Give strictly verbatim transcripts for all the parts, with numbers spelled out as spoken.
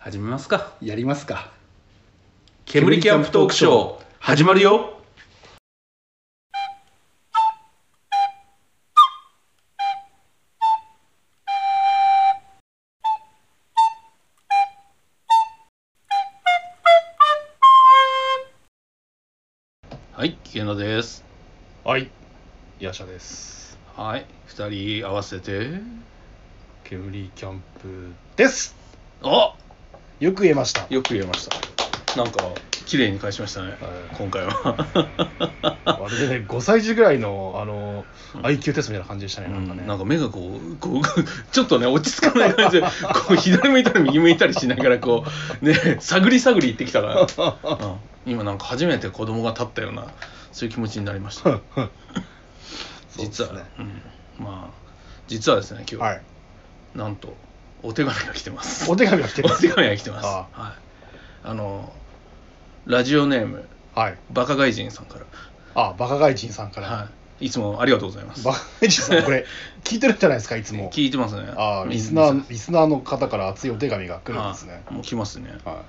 始めますか。 やりますか。 煙キャンプトークショー始まるよ。はい、池野です。 はい、ヤシャです。 はい、二人合わせて煙キャンプです。 あ、 よく言えました。 よく言えました。なんか綺麗に返しましたね、はい、今回はまるでねごさい児ぐらいのあの アイキュー テストみたいな感じでしたね、 うん、 なんかね、 なんか目がこうこうちょっとね落ち着かない感じでこう左向いたり右向いたりしながらこうね探り探り行ってきたから、うん、今なんか初めて子供が立ったようなそういう気持ちになりました実は、ね、うん、まあ実はですね今日、はい、なんとお手紙が来てます。 お手紙が来てます。 お手紙が来てます。ああ、はい、あのラジオネーム、はい、バカ外人さんから。 あ、バカ外人さんから、 はい、いつもありがとうございます。 バカ外人さんこれ聞いてるんじゃないですか、いつも。 聞いてますね。 あ、リスナーリスナーの方から熱いお手紙が来るんですね。 もう来ますね。はい、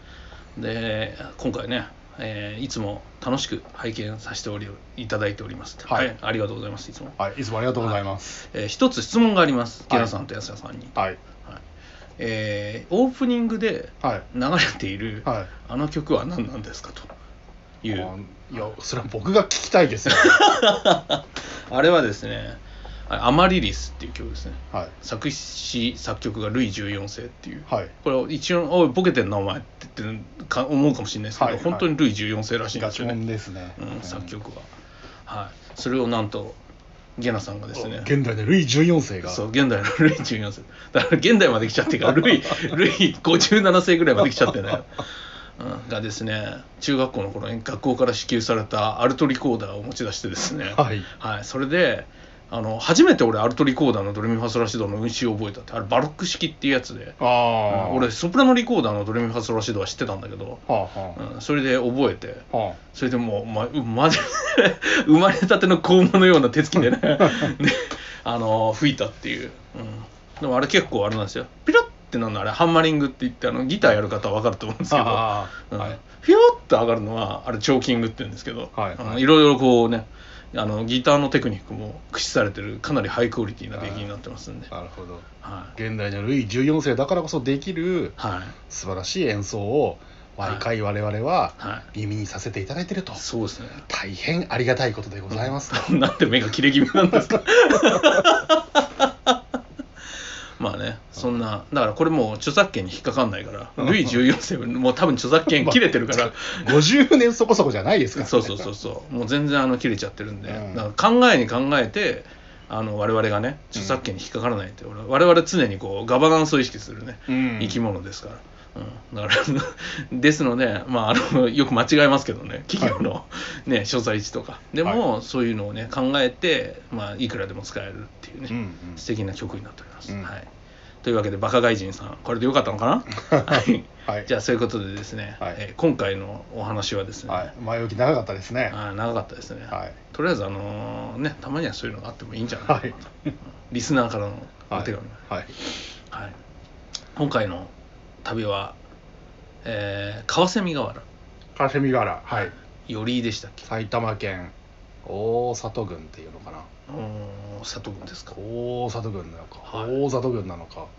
で今回ね、えー、いつも楽しく拝見させておりいただいております。はい、はい、ありがとうございます。いつも。 はい、いつもありがとうございます。 はい、えー、一つ質問があります。ゲラさんと安田さんに。はい。はい、えー、オープニングで流れている、はい、あの曲は何なんですかという。 いや、それは僕が聞きたいですよあれはですね、アマリリスっていう曲ですね、はい、作詞作曲がルイじゅうよんせいっていう、はい、これ一応おいボケてんなお前って言ってか思うかもしれないですけど、はいはい、本当にルイじゅうよんせいらしいんですよね。 ガチモンですね、 うん、作曲は、はい、それをなんとゲナさんがですね、 現代でルイじゅうよんせいが、 そう現代のルイじゅうよんせいだから現代まで来ちゃってからルイルイごじゅうななせいぐらいまで来ちゃってねうん、がですね、中学校の頃に学校から支給されたアルトリコーダーを持ち出してですね、はいはい、それであの初めて俺アルトリコーダーのドレミファソラシドの運指を覚えたって。あれバロック式っていうやつで、あ、うん、俺ソプラノリコーダーのドレミファソラシドは知ってたんだけど、はあはあ、うん、それで覚えて、はあ、それでもう、ま、まじ生まれたての子馬のような手つきでねであの吹いたっていう、うん、でもあれ結構あれなんですよ、ピロッってなるのあれハンマリングって言って、あのギターやる方は分かると思うんですけど、あ、うん、はい、フィヨーって上がるのはあれチョーキングって言うんですけど、はいはい、いろいろこうね、あのギターのテクニックも駆使されてるかなりハイクオリティな出来になってますんで。 なるほど、はい、現代のルイじゅうよんせいだからこそできる、はい、素晴らしい演奏を毎回我々は耳にさせていただいていると、はいはい、そうですね、大変ありがたいことでございますと、 うん、なんで目が切れ気味なんですかまあね、そんなだからこれもう著作権に引っかかんないからルイじゅうよんせいもう多分著作権切れてるから、まあ、ごじゅうねんそこそこじゃないですから、ね、 そうそうそうそうもう全然あの切れちゃってるんで、うん、だから考えに考えてあの我々がね著作権に引っかからないって、うん、我々常にこうガバナンスを意識するね、うん、生き物ですから、うん、だからですので、まあ、あのよく間違えますけどね、企業の、ね、所在地とかでも、はい、そういうのをね考えて、まあ、いくらでも使えるっていうね、うんうん、素敵な曲になっております、うん、はい、というわけでバカ外人さんこれでよかったのかなはい、はい、じゃあそういうことでですね、はい、えー、今回のお話はですね、はい、 前置き長かったですね。 あ、長かったですね、はい、とりあえずあのー、ね、たまにはそういうのがあってもいいんじゃないかなと、はい、リスナーからのお手紙、はいはいはい、今回の旅はえー、川蝉ヶ原川蝉ヶ原、はい、 寄居でしたっけ、 埼玉県大里郡っていうのかな、 大里郡ですか、 大里郡なのか、はい、大里郡なのか、はい、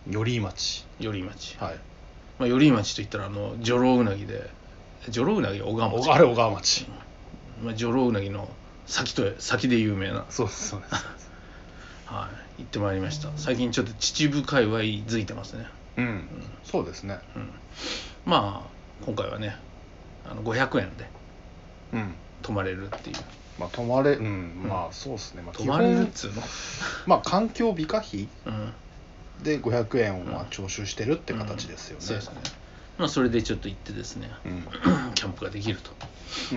寄居町寄居町、はい、まあ、寄居町といったらあの女郎うなぎで、女郎うなぎは小川町、 あれ小川町、 うん、まあ、女郎うなぎの先と先で有名な、 そうですそうですはい、行ってまいりました。最近ちょっと秩父界隈づいてますね。 うん、うん、そうですね、うん、 まあ今回はねあのごひゃくえんで泊まれるっていう、うん、 まあ泊まれ、うん、まあそうですね、まあ、 泊まれるっつうのまあ環境美化費でごひゃくえんをまあ徴収してるって形ですよね、うんうん、そうですね、 まあそれでちょっと行ってですね、うん、キャンプができると、うん、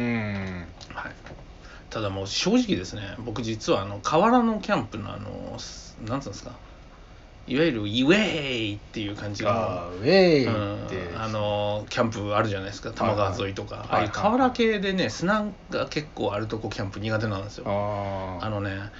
はい、ただもう正直ですね、僕実はあの河原のキャンプのあのなんつうんですか、いわゆるウェーイっていう感じのあウェイって、 うん、あのキャンプあるじゃないですか、多摩川沿いとか、はいはい、ああいう河原系でね、砂が結構あるとこキャンプ苦手なんですよ。あ, あのね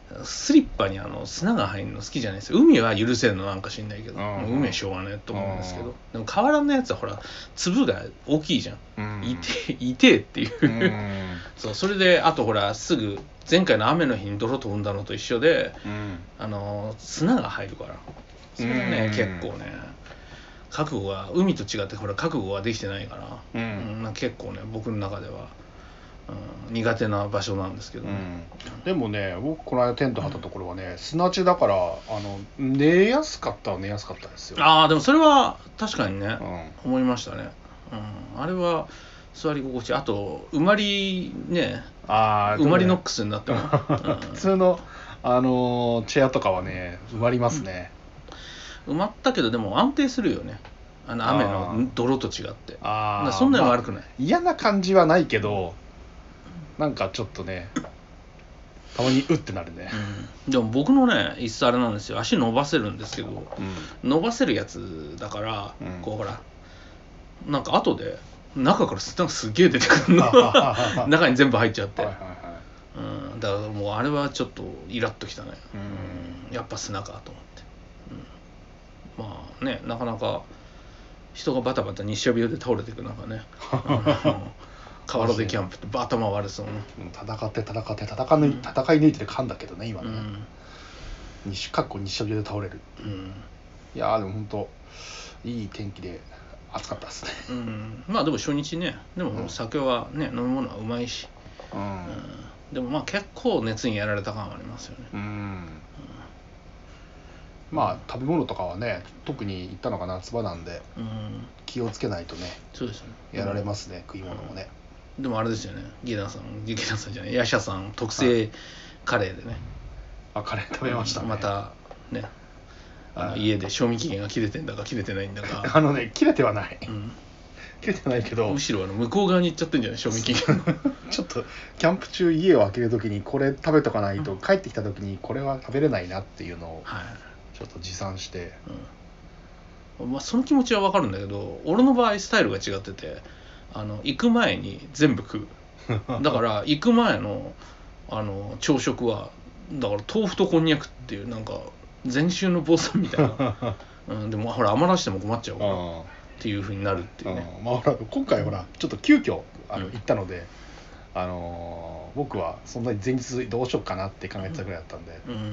スリッパにあの砂が入るの好きじゃないですよ。海は許せるのなんか知んないけど、もう海はしょうがないと思うんですけど、でも河原のやつはほら粒が大きいじゃん、いていてっていうそう、それであとほらすぐ前回の雨の日に泥飛んだのと一緒で、あの砂が入るから、それね結構ね覚悟が海と違ってほら覚悟ができてないから、うんうん、結構ね僕の中では、うん、苦手な場所なんですけど、ねうん、でもね僕この間テント張ったところはね、うん、砂地だからあの寝やすかったは寝やすかったですよ。 ああでもそれは確かにね、うん、思いましたね、うん、あれは座り心地、あと埋まりね、あ埋まりノックスになっても、うん、 普通の、あのー、チェアとかはね埋まりますね、 うん、埋まったけどでも安定するよね、あの雨の泥と違って。あそんなに悪くない、まあ、 嫌な感じはないけどなんかちょっとねたまにうってなるね、 うん、でも僕のね椅子あれなんですよ、足伸ばせるんですけど、うん、伸ばせるやつだから、うん、こうほらなんか後で中から砂がすげえ出てくるの中に全部入っちゃって、はいはいはい、うん、だからもうあれはちょっとイラッときたね、うん、やっぱ砂かと思って、うん、まあねなかなか人がバタバタ日射病で倒れていく中ね河原でキャンプって頭悪そうね、 戦って戦って戦い抜い、うん、戦い抜いてる感だけどね今ね、うん、日かっこ日射病で倒れる、うん、いやーでも本当いい天気で暑かったですね、 うん、まあでも初日ねでも酒はね、うん、飲み物はうまいし、うんうん、でもまあ結構熱にやられた感はありますよね、うんうん、 まあ食べ物とかはね特に行ったのが夏場なんで、うん、気をつけないとねそうですねやられますね、うん、食い物もね、 うん、でもあれですよねギダさんギダさんじゃないヤシャさん特製カレーでね、 あカレー食べましたね、 またねあの家で賞味期限が切れてんだか切れてないんだかあのね切れてはない、うん、切れてないけどむしろあの向こう側に行っちゃってんじゃない賞味期限ちょっとキャンプ中家を開けるときにこれ食べとかないと、うん、帰ってきたときにこれは食べれないなっていうのをちょっと持参して、 うんまあ、その気持ちは分かるんだけど俺の場合スタイルが違っててあの行く前に全部食うだから行く前のあの朝食はだから豆腐とこんにゃくっていうなんか前週の坊さんみたいな、うん、でもほら余らしても困っちゃうからっていう風になるっていうね、 まあ、ほら今回ほらちょっと急遽あの、うん、行ったので、あのー、僕はそんなに前日どうしようかなって考えてたぐらいだったんで、うんうんうん、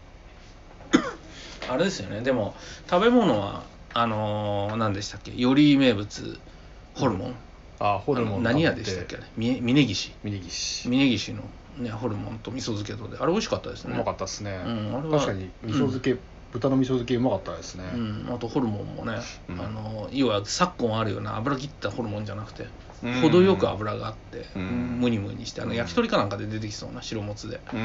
あれですよね。でも食べ物はあのー、何でしたっけ寄居名物ホルモン、うん、 あホルモン何屋でしたっけ峰岸峰岸峰岸のね、ホルモンと味噌漬けとであれ美味しかったですね。 うまかったですね、うん、あれは確かに味噌漬け、うん、豚の味噌漬けうまかったですね、 うん、あとホルモンもね、うん、あの要は昨今あるような油切ったホルモンじゃなくて、うん、程よく油があって、うん、ムニムニしてあの焼き鳥かなんかで出てきそうな白もつで、うん、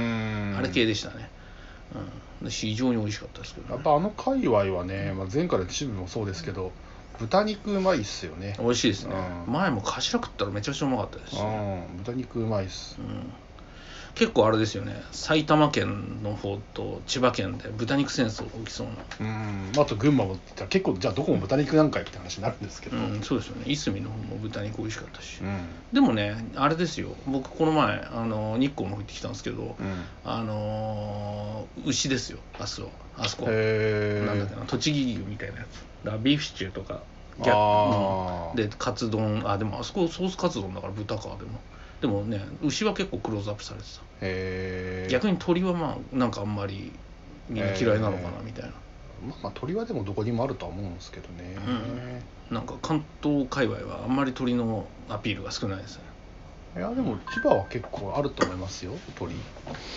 あれ系でしたね、うん、非常に美味しかったですけど、ね、 やっぱあの界隈はね、まあ、前回の秩父もそうですけど豚肉うまいっすよね。 美味しいですね、うん、前も頭食ったらめちゃくちゃうまかったですし、 ね、うん、豚肉うまいっす、うん結構あれですよね埼玉県の方と千葉県で豚肉戦争が起きそうなうんあと群馬もって言ったら結構じゃあどこも豚肉なんかいって話になるんですけど、 うん、そうですよねいすみの方も豚肉美味しかったし、うん、でもねあれですよ僕この前あの日光の方行ってきたんですけど、うん、あの牛ですよあそこあそこなんだっけな栃木牛みたいなやつだビーフシチューとかギャ、うん、でカツ丼あでもあそこソースカツ丼だから豚かでもでもね牛は結構クローズアップされてたへ逆に鶏はまあなんかあんまりみんな嫌いなのかなみたいな、 まあ、まあ鶏はでもどこにもあるとは思うんですけどね、 うん、なんか関東界隈はあんまり鶏のアピールが少ないですね。 いやでも千葉は結構あると思いますよ鶏、うん、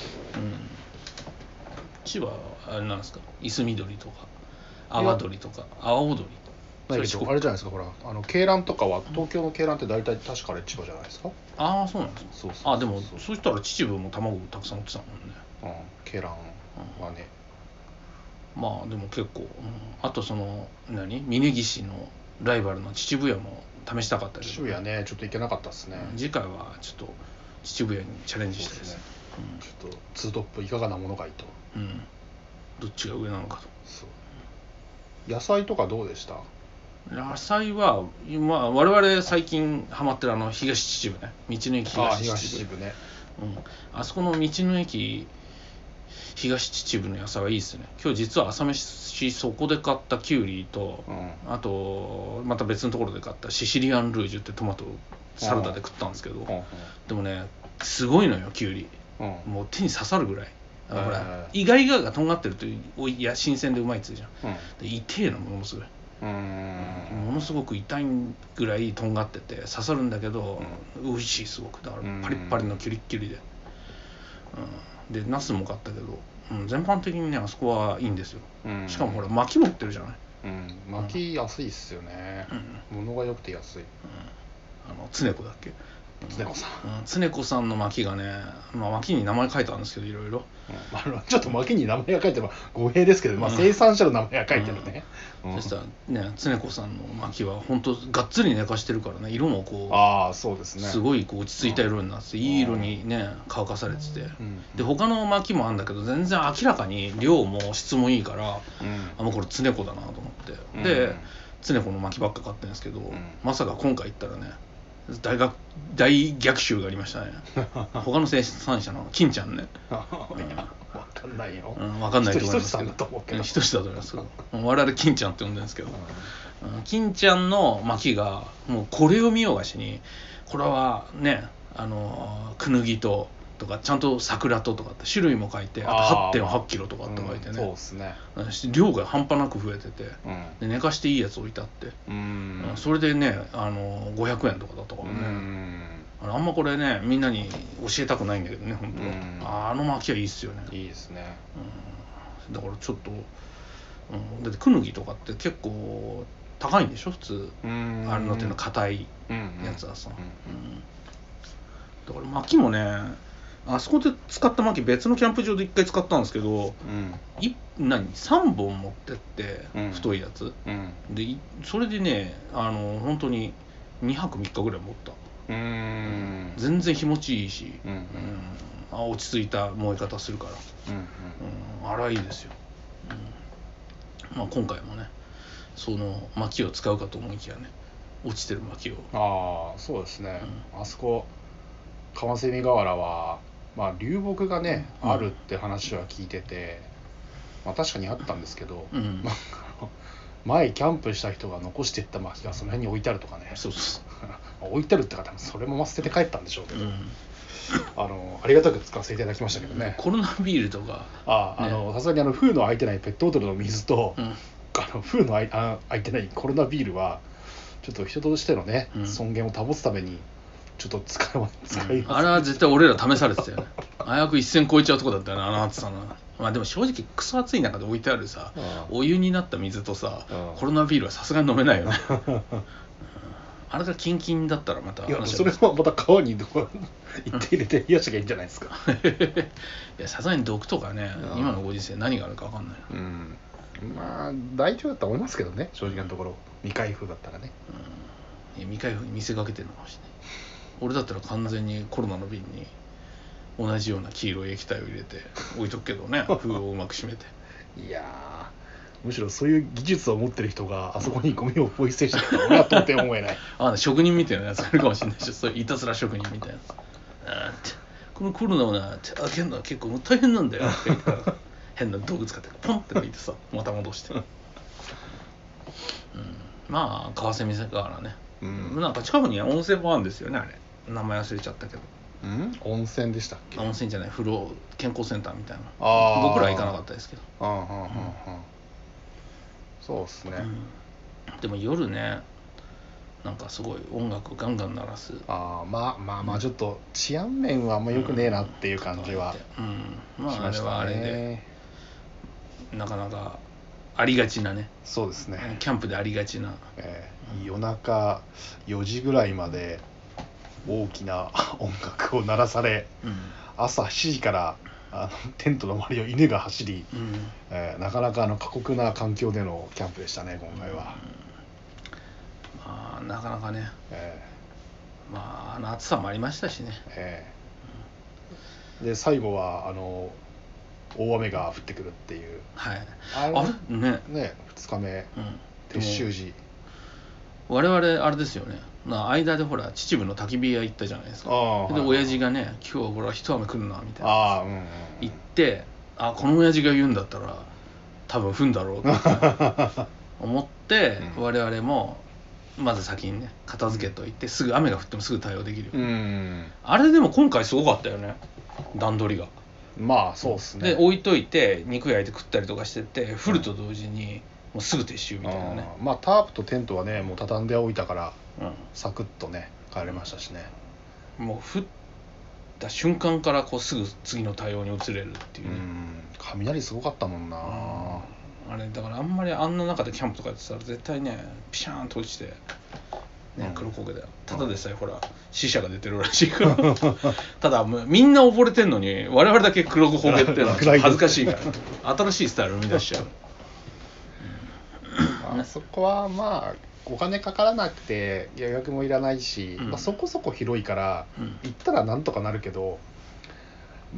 千葉はあれなんですかいすみ鶏とか阿波鶏とか阿波踊りだけどあれじゃないですかほらあの鶏卵とかは東京の鶏卵って大体確かあれ千葉じゃないですか。 ああそうなんですか。そうそうそうそう。あでもそうしたら秩父も卵たくさん売ってたもんね。 うん鶏卵はね、 うん、まあでも結構、うん、あとその何峯岸のライバルの秩父屋も試したかったけど、 秩父屋ねちょっと行けなかったですね、 うん、次回はちょっと秩父屋にチャレンジしたいですね、 うん、ちょっとツートップいかがなものかいと、 うん、どっちが上なのかと。そう野菜とかどうでした。 野菜は、まあ、我々最近ハマってるあの東秩父ね道の駅東秩父、 東秩父ね、 うん、あそこの道の駅東秩父の野菜はいいですね。今日実は朝飯そこで買ったキュウリと、うん、あとまた別のところで買ったシシリアンルージュってトマトサラダで食ったんですけど、うん、でもねすごいのよキュウリ、うん、もう手に刺さるぐらい。だからほらイガイガがとんがってるといや新鮮でうまいっつうじゃん、うん、で痛えのものすごい、うーんものすごく痛いぐらいとんがってて刺さるんだけど、うん、美味しいすごく。だからパリッパリのキュリッキュリで、うん、でナスも買ったけど、うん、全般的にねあそこはいいんですよ、うん、しかもほら薪持ってるじゃない、 うん、薪安いっすよね、うん、物が良くて安い、うん、 あの常子だっけ常子さん、 うん、常子さんの薪がね、まあ、薪に名前書いてあるんですけどいろいろ、 うん、ちょっと薪に名前が書いてるのは語弊ですけど、まあ、生産者の名前が書いてるね、 うんうん、そしたらね常子さんの薪は本当がっつり寝かしてるからね色もこうああそうですねすごいこう落ち着いた色になって、うん、いい色にね乾かされてて、うん、で他の薪もあるんだけど全然明らかに量も質もいいから、うん、あもうこれ常子だなと思って、うん、で常子の薪ばっか買ってるんですけど、うん、まさか今回行ったらね大学大逆襲がありましたね他の生産者の金ちゃんね分かんないよ、 うん、分かんないと思いますけどひとしだと思いますけど我々金ちゃんって呼んでるんですけど、うん、金ちゃんの薪がもうこれを見よがしにこれはねあのクヌギととかちゃんと桜ととかって種類も書いてあと はってんはちキロとかって書いてね、うん、 そうですね量が半端なく増えてて、うん、で寝かしていいやつ置いてあって、うん、それでねあのごひゃくえんとかだったからね、うん、あのあんまこれねみんなに教えたくないんだけどね本当は、うん、あの薪はいいっすよねいいですね、 うん、だからちょっと、うん、だってクヌギとかって結構高いんでしょ普通、うん、あれの手の硬いやつはさ、うんうんうん、だから薪もねあそこで使った薪別のキャンプ場でいっかい使ったんですけど、うん、い何さんぼん持ってって、うん、太いやつ、うん、でそれでねあの本当ににはくみっかぐらい持った。うーん全然日持ちいいし、うんうん、あ落ち着いた燃え方するから、うんうんうん、あらいいですよ、うんまあ、今回もねその薪を使うかと思いきやね落ちてる薪をああそうですね、うん、あそこ川蝉河原はまあ流木がね、うん、あるって話は聞いてて、まあ、確かにあったんですけど、うんまあ、前キャンプした人が残していった薪がその辺に置いてあるとかねそうそう置いてあるって方もそれも捨てて帰ったんでしょうけど、うん、あのありがたく使わせていただきましたけどね、 コロナビールとかああ、ね、あのさすがにあの封の開いてないペットボトルの水と、うん、あの封の開いてないコロナビールはちょっと人としてのね、うん、尊厳を保つためにちょっと使います、うん、 あれは絶対俺ら試されてたよね危うく一線超えちゃうとこだったよねあの暑さのまあでも正直クソ暑い中で置いてあるさ、うん、お湯になった水とさ、うん、コロナビールはさすがに飲めないよね、うん、あれがキンキンだったらまたいやそれはまた川にどこ行って入れて冷やしがいいんじゃないですかいやさすがに毒とかね、うん、今のご時世何があるか分かんない、うん、 まあ大丈夫だと思いますけどね正直なところ未開封だったらね、 うん、いや未開封に見せかけてるのかもしれない俺だったら完全にコロナの瓶に同じような黄色い液体を入れて置いとくけどね封をうまく閉めていやむしろそういう技術を持ってる人があそこにゴミをポイ捨てしてるのは到底思えないあ職人みたいなやつあるかもしれないしそういういたずら職人みたいなあってこのコロナをな開けるのは結構大変なんだよって変な道具使ってポンって抜いてさまた戻して、うん、まあ川蝉河原ね、うん、なんか近くに温泉もあるんですよねあれ名前忘れちゃったけどん温泉でしたっけ温泉じゃない風呂健康センターみたいなあ僕らは行かなかったですけどああ、うんうんうん、 そうですね、 うん、でも夜ねなんかすごい音楽ガンガン鳴らすああまあまあまあちょっと治安面はあんま良くねえなっていう感じは、うんうん、まああれはあれでなかなかありがちなねそうですねキャンプでありがちな、 えー、夜中よじぐらいまで大きな音楽を鳴らされ、うん、朝しちじからあのテントの周りを犬が走り、うんえー、なかなかあの過酷な環境でのキャンプでしたね今回は、 うん、まあなかなかね、えー、まああの暑さもありましたしね、えー、で最後はあの大雨が降ってくるっていう、 はい、 あれあれねねふつかめ、うん、撤収時我々あれですよね間でほら秩父の焚き火屋行ったじゃないですかで、はいはい、親父がね今日はこれは一雨来るなみたいなあ、うんうん、行ってあこの親父が言うんだったら多分踏んだろうと思って、うん、我々もまず先にね片付けといて、すぐ雨が降ってもすぐ対応できるよ、うん、あれでも今回すごかったよね、段取りが。 まあそうっすね。 で置いといて肉焼いて食ったりとかしてて、降ると同時にもうすぐ撤収みたいなね。 まあタープとテントはねもう畳んでおいたから、うん、サクッとね帰れましたしね。 もう降った瞬間からこうすぐ次の対応に移れるっていうね。うん、 雷すごかったもんな、 うん、あれだからあんまりあんな中でキャンプとかやってたら絶対ねピシャーンと落ちてね、黒焦げだよ。ただでさえほら死者が出てるらしいからただみんな溺れてんのに我々だけ黒焦げっていうのは恥ずかしいから新しいスタイルを生み出しちゃうまあそこはまあお金かからなくて予約もいらないし、うんまあ、そこそこ広いから、うん、行ったらなんとかなるけど、うん、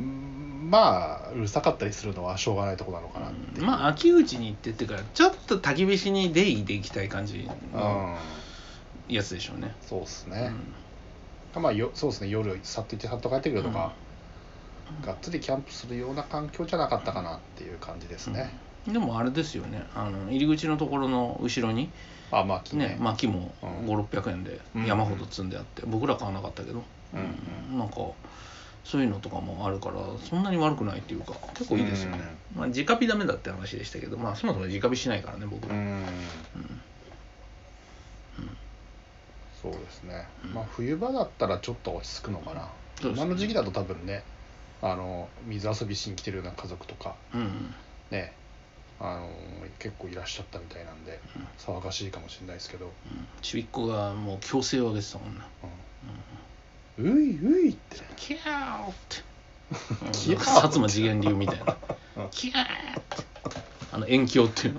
まあうるさかったりするのはしょうがないとこなのかなって、 うん、まあ秋口に行ってってからちょっと焚き火しに出入りで行きたい感じのやつでしょうね。 そうですね、うん、まあよそうですね夜さっと行ってさっと帰ってくるとか、うん、がっつりキャンプするような環境じゃなかったかなっていう感じですね、 うん、でもあれですよね、あの入り口のところの後ろにあ薪ね、 ね薪もごひゃくろっぴゃくえんで山ほど積んであって、うん、僕ら買わなかったけど、うんうん、なんかそういうのとかもあるからそんなに悪くないっていうか結構いいですよね、うんまあ、直火ダメだって話でしたけど、まあそもそも直火しないからね僕ら、うんうんそうですね、うん、まあ冬場だったらちょっと落ち着くのかな、うん、今の時期だと多分ねあの水遊びしに来てるような家族とか、うん、ねあの結構いらっしゃったみたいなんで、うん、騒がしいかもしれないですけど、うん、 ちびっ子がもう強制を上げてたもんね、 うんうん、ういういってキャーって薩摩次元流みたいなキャーってあの遠鏡っていうの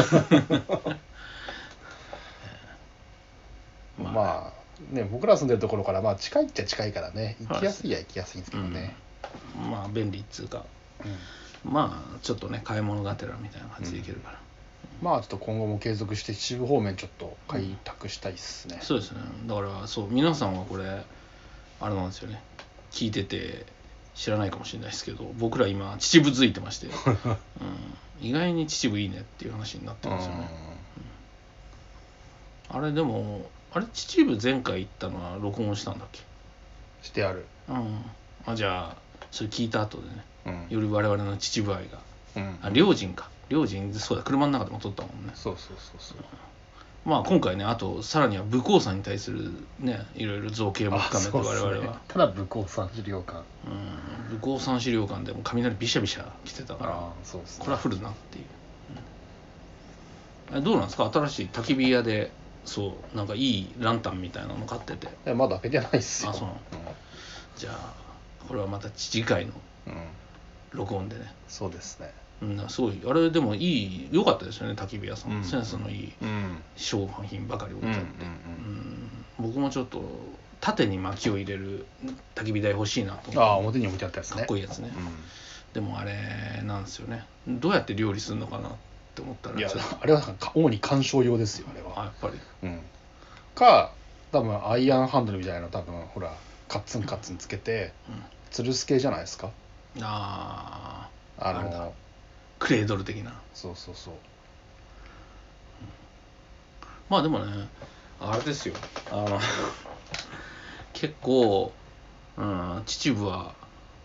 まあ、まあ、ね僕ら住んでるところからまあ近いっちゃ近いからね行きやすいは行きやすいんですけどね、 うん、まあ便利っつうか、うん、まあちょっとね買い物がてらみたいな感じで行けるから、 うん、まあちょっと今後も継続して秩父方面ちょっと開拓したいっすね、 うん、そうですね。だからそう皆さんはこれあれなんですよね、聞いてて知らないかもしれないですけど僕ら今秩父づいてまして、うん、意外に秩父いいねっていう話になってるんですよね、うん、あれでもあれ秩父前回行ったのは録音したんだっけ。 してある、 うん、あじゃあそれ聞いた後でね、うん、より我々の秩父愛が、うん、あ両人か両人そうだ車の中でも撮ったもんね。 そうそうそうそう、 うん、まあ今回ねあとさらには武甲山に対するねいろいろ造形も深めて我々は、ね、 ただ武甲山資料館、 うん、武甲山資料館でも雷ビシャビシャ来てたからあそうです、ね、これは降るなっていう、うん、どうなんですか新しい焚き火屋でそうなんかいいランタンみたいなの買ってて。 いやまだ開けてないっすよ。 あそうなの、うん、じゃあこれはまた次回の録音でね、うん、 そうですね、 うん、すごいあれでもいい良かったですよね焚き火屋さん、うん、センスのいい商品ばかり置いてあって、うんうんうん、僕もちょっと縦に薪を入れる焚き火台欲しいなと思って。 ああ表に置いてあったやつね、 かっこいいやつね、うん、でもあれなんですよねどうやって料理するのかなって思ったら、 いやあれは主に鑑賞用ですよあれは。 あやっぱり、 うん、か多分アイアンハンドルみたいなの多分ほらカッツンカッツンつけて、うん、吊るす系じゃないですか。 あああのクレードル的な。 そうそうそう、うん、 まあでもねあれですよあの結構、うん、秩父は、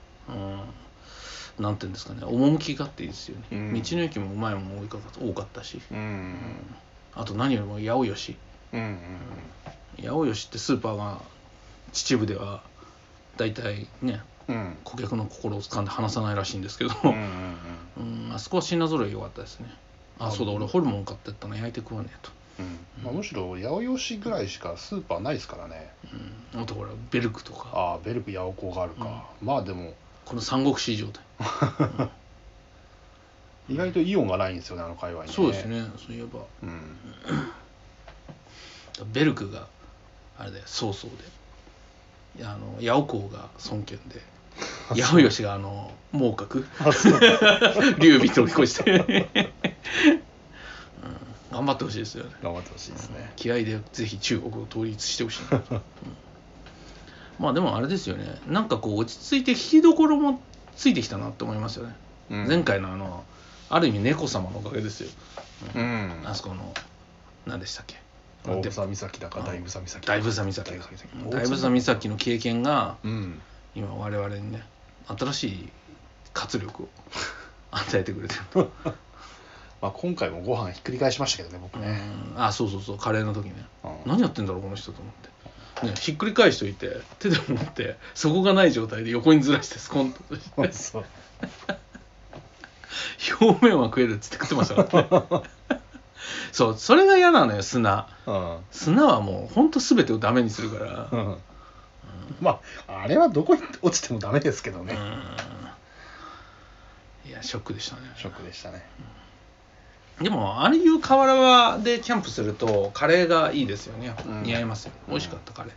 うん、なんていうんですかね趣があっていいですよね、うん、道の駅もうまいもん多かった多かったし、うんうん、あと何よりも八百吉、うんうんうん、八百吉ってスーパーが秩父ではだいたいね、うん、顧客の心を掴んで離さないらしいんですけど、うんうんうんうん、あそこは品揃え良かったですね。あそうだ俺ホルモン買ってったの焼いて食わねえと、 うんまあ、むしろ八百吉ぐらいしかスーパーないですからね、 うん、あとこれベルクとかああベルク八百子があるか、うん、まあでもこの三国志状態、 うん、意外とイオンがないんですよねあの界隈にね。 そうですねそういえば、うん、ベルクがあれで曹操であの八百子が孫権で八百吉があの孟獲劉備飛び越して、うん、頑張ってほしいですよね。 頑張ってほしいですね。 気合でぜひ中国を統一してほしいな、うん、まあでもあれですよねなんかこう落ち着いて引きどころもついてきたなって思いますよね。 うん、前回のあのある意味猫様のおかげですよ、 うん、 あそこの何でしたっけ、 大房岬だか大房岬大房岬大房岬の経験が、うん、今我々にね新しい活力を与えてくれてるまあ今回もご飯ひっくり返しましたけどね僕ね、 うん、あそうそうそうカレーの時ね、うん、何やってんだろうこの人と思って、ね、ひっくり返しといて手で持って底がない状態で横にずらしてスコンとしてそう表面は食えるっつって食ってましたからねそうそれが嫌なのよ砂、うん、砂はもうほんと全てをダメにするから、うんうん、 まああれはどこに落ちてもダメですけどね、 うん、いやショックでしたねショックでしたね、 うん、でもああいう河原はでキャンプするとカレーがいいですよね、うん、似合いますよ、美味しかったカレー、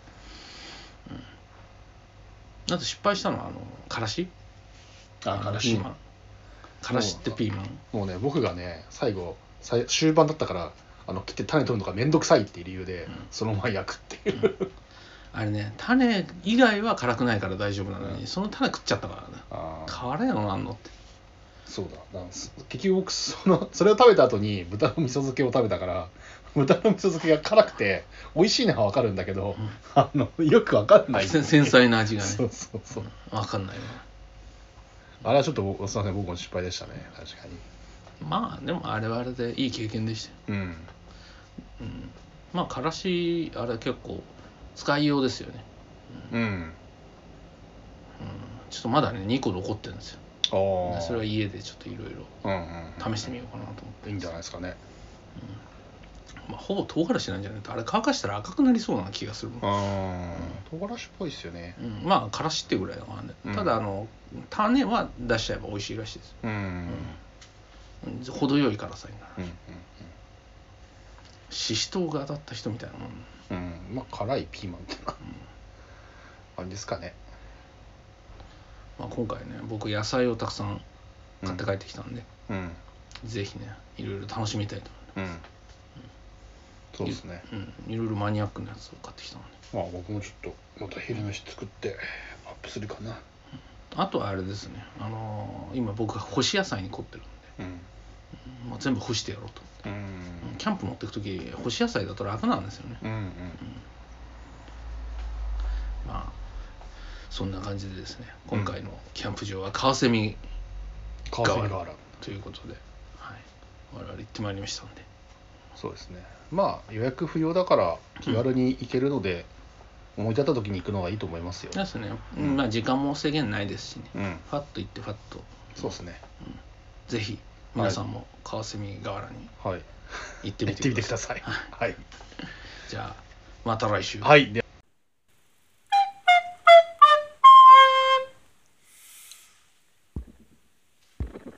うん、あと失敗したのはあのからしあからしからしってピーマンもうね僕がね最後終盤だったからあの切って種取るのがめんどくさいっていう理由で、うん、そのまま焼くっていう、うん、 あれね種以外は辛くないから大丈夫なのに、うん、その種食っちゃったからねあ辛いのなんのってそうだなん結局僕そのそれを食べた後に豚の味噌漬けを食べたから豚の味噌漬けが辛くて美味しいのは分かるんだけど、うん、あのよく分かんない、ね、 繊細な味がねそうそうそう、 うん、分かんないねあれはちょっとすいません僕も失敗でしたね確かにまあでもあれはあれでいい経験でしたよ、うんうん、まあからしあれ結構使いようですよねうん、うんうん、ちょっとまだねにこ残ってるんですよあそれは家でちょっといろいろ試してみようかなと思って、 いいんじゃないですかね、 うんまあ、ほぼ唐辛子なんじゃないとあれ乾かしたら赤くなりそうな気がするもんあ、うん、唐辛子っぽいですよね、 うん、まあからしってぐらいだからね、うん、ただあの種は出しちゃえば美味しいらしいですうん、うん程よい辛さになる、うんうんうん、ししとうが当たった人みたいなもん、 うん、まあ辛いピーマンってな、うん、あれですかね、 まあ、今回ね僕野菜をたくさん買って帰ってきたんで、うん、ぜひねいろいろ楽しみたいと思います、 うんうん、そうですね、 うん、いろいろマニアックなやつを買ってきたのでまあ僕もちょっとまた昼飯作ってアップするかな、 あとはあれですね、あのー、今僕が干し野菜に凝ってるんで、うんもう全部干してやろうと思って、うん、キャンプ持ってく時干し野菜だと楽なんですよね、うんうんうん、まあそんな感じでですね今回のキャンプ場はカワセミ河原ということで、はい、我々行ってまいりましたんでそうですねまあ予約不要だから気軽に行けるので、うん、思い立った時に行くのがいいと思いますよですね、うん、まあ時間も制限ないですしね、うん、ファッと行ってファッとそうですね、 うん、ぜひ皆さんもカワセミ河原に行ってみてください、 はい、行ってみてください、はい、 じゃあまた来週はい。